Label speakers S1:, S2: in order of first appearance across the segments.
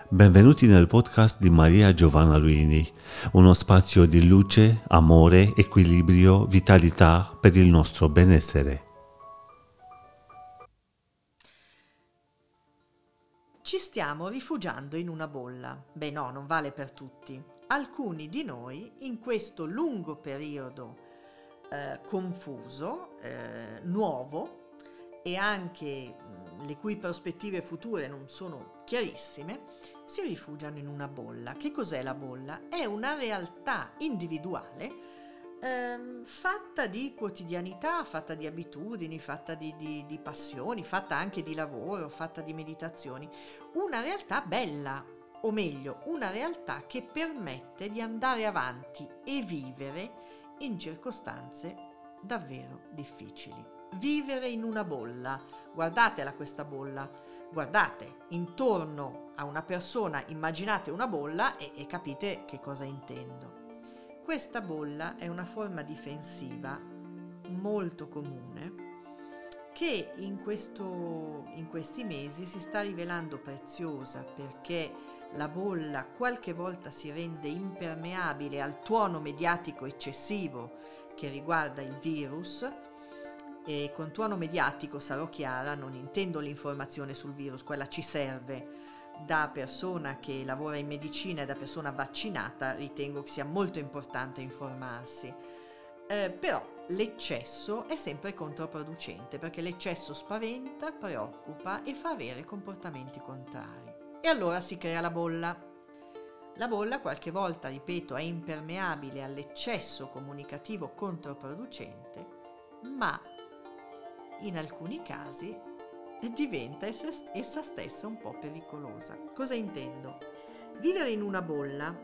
S1: Benvenuti nel podcast di Maria Giovanna Luini, uno spazio di luce, amore, equilibrio, vitalità per il nostro benessere.
S2: Ci stiamo rifugiando in una bolla. Beh no, non vale per tutti. Alcuni di noi in questo lungo periodo confuso, nuovo e anche le cui prospettive future non sono chiarissime, si rifugiano in una bolla. Che cos'è la bolla? È una realtà individuale fatta di quotidianità, fatta di abitudini, fatta di passioni, fatta anche di lavoro, fatta di meditazioni. Una realtà bella, o meglio, una realtà che permette di andare avanti e vivere in circostanze davvero difficili. Vivere in una bolla, guardatela questa bolla, guardate intorno a una persona, immaginate una bolla e capite che cosa intendo. Questa bolla è una forma difensiva molto comune che in questi mesi si sta rivelando preziosa perché la bolla qualche volta si rende impermeabile al tuono mediatico eccessivo che riguarda il virus. E con tuono mediatico, sarò chiara, non intendo l'informazione sul virus, quella ci serve. Da persona che lavora in medicina e da persona vaccinata ritengo che sia molto importante informarsi. Però l'eccesso è sempre controproducente perché l'eccesso spaventa, preoccupa e fa avere comportamenti contrari. E allora si crea la bolla. La bolla qualche volta, ripeto, è impermeabile all'eccesso comunicativo controproducente, ma in alcuni casi diventa essa stessa un po' pericolosa. Cosa intendo? Vivere in una bolla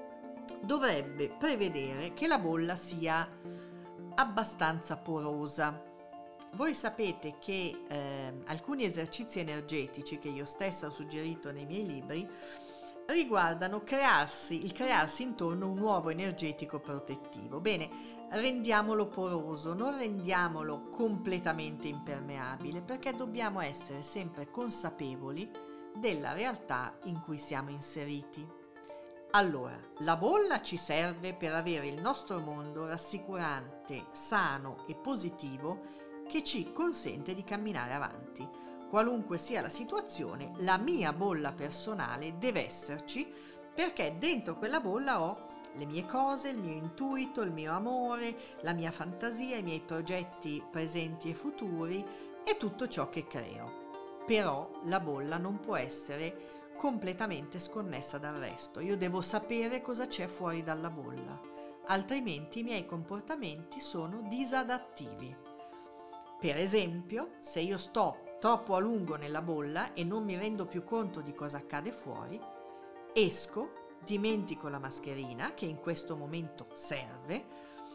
S2: dovrebbe prevedere che la bolla sia abbastanza porosa. Voi sapete che alcuni esercizi energetici che io stessa ho suggerito nei miei libri riguardano il crearsi intorno un uovo energetico protettivo. Bene, rendiamolo poroso, non rendiamolo completamente impermeabile, perché dobbiamo essere sempre consapevoli della realtà in cui siamo inseriti. Allora, la bolla ci serve per avere il nostro mondo rassicurante, sano e positivo che ci consente di camminare avanti. Qualunque sia la situazione, la mia bolla personale deve esserci perché dentro quella bolla ho le mie cose, il mio intuito, il mio amore, la mia fantasia, i miei progetti presenti e futuri e tutto ciò che creo. Però la bolla non può essere completamente sconnessa dal resto. Io devo sapere cosa c'è fuori dalla bolla, altrimenti i miei comportamenti sono disadattivi. Per esempio, se io sto troppo a lungo nella bolla e non mi rendo più conto di cosa accade fuori, esco, dimentico la mascherina che in questo momento serve,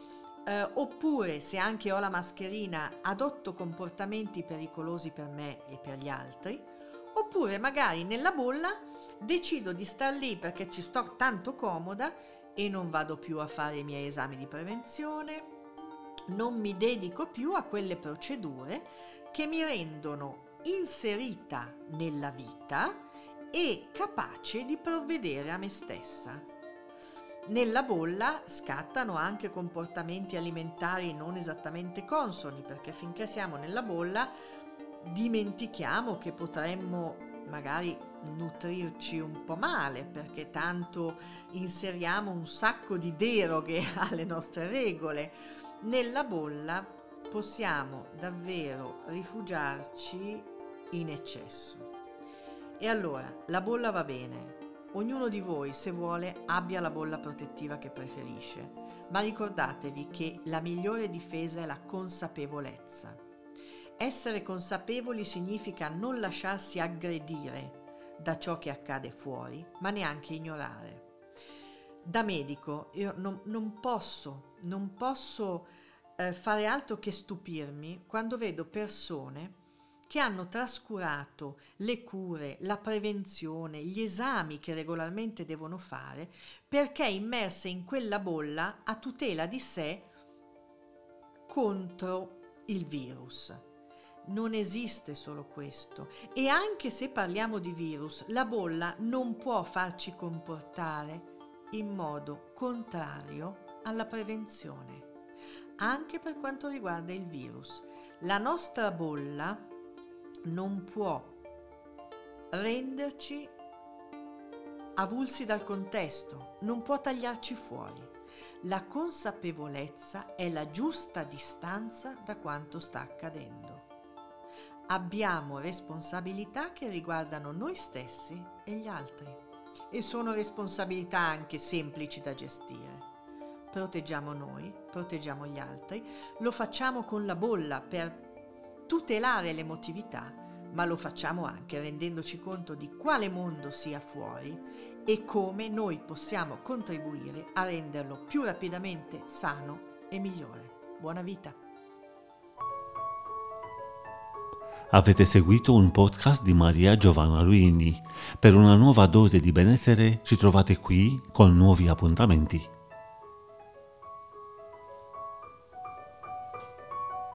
S2: oppure se anche ho la mascherina adotto comportamenti pericolosi per me e per gli altri, oppure magari nella bolla decido di star lì perché ci sto tanto comoda e non vado più a fare i miei esami di prevenzione, non mi dedico più a quelle procedure che mi rendono inserita nella vita e capace di provvedere a me stessa. Nella bolla scattano anche comportamenti alimentari non esattamente consoni, perché finché siamo nella bolla dimentichiamo che potremmo magari nutrirci un po' male, perché tanto inseriamo un sacco di deroghe alle nostre regole. Nella bolla possiamo davvero rifugiarci in eccesso. E allora, la bolla va bene. Ognuno di voi, se vuole, abbia la bolla protettiva che preferisce, ma ricordatevi che la migliore difesa è la consapevolezza. Essere consapevoli significa non lasciarsi aggredire da ciò che accade fuori, ma neanche ignorare. Da medico io non posso fare altro che stupirmi quando vedo persone che hanno trascurato le cure, la prevenzione, gli esami che regolarmente devono fare perché immerse in quella bolla a tutela di sé contro il virus. non esiste solo questo. E anche se parliamo di virus, la bolla non può farci comportare in modo contrario alla prevenzione. Anche per quanto riguarda il virus, la nostra bolla non può renderci avulsi dal contesto, non può tagliarci fuori. La consapevolezza è la giusta distanza da quanto sta accadendo. Abbiamo responsabilità che riguardano noi stessi e gli altri, e sono responsabilità anche semplici da gestire. Proteggiamo noi, proteggiamo gli altri, lo facciamo con la bolla per tutelare l'emotività, ma lo facciamo anche rendendoci conto di quale mondo sia fuori e come noi possiamo contribuire a renderlo più rapidamente sano e migliore. Buona vita!
S1: Avete seguito un podcast di Maria Giovanna Luini. Per una nuova dose di benessere ci trovate qui con nuovi appuntamenti.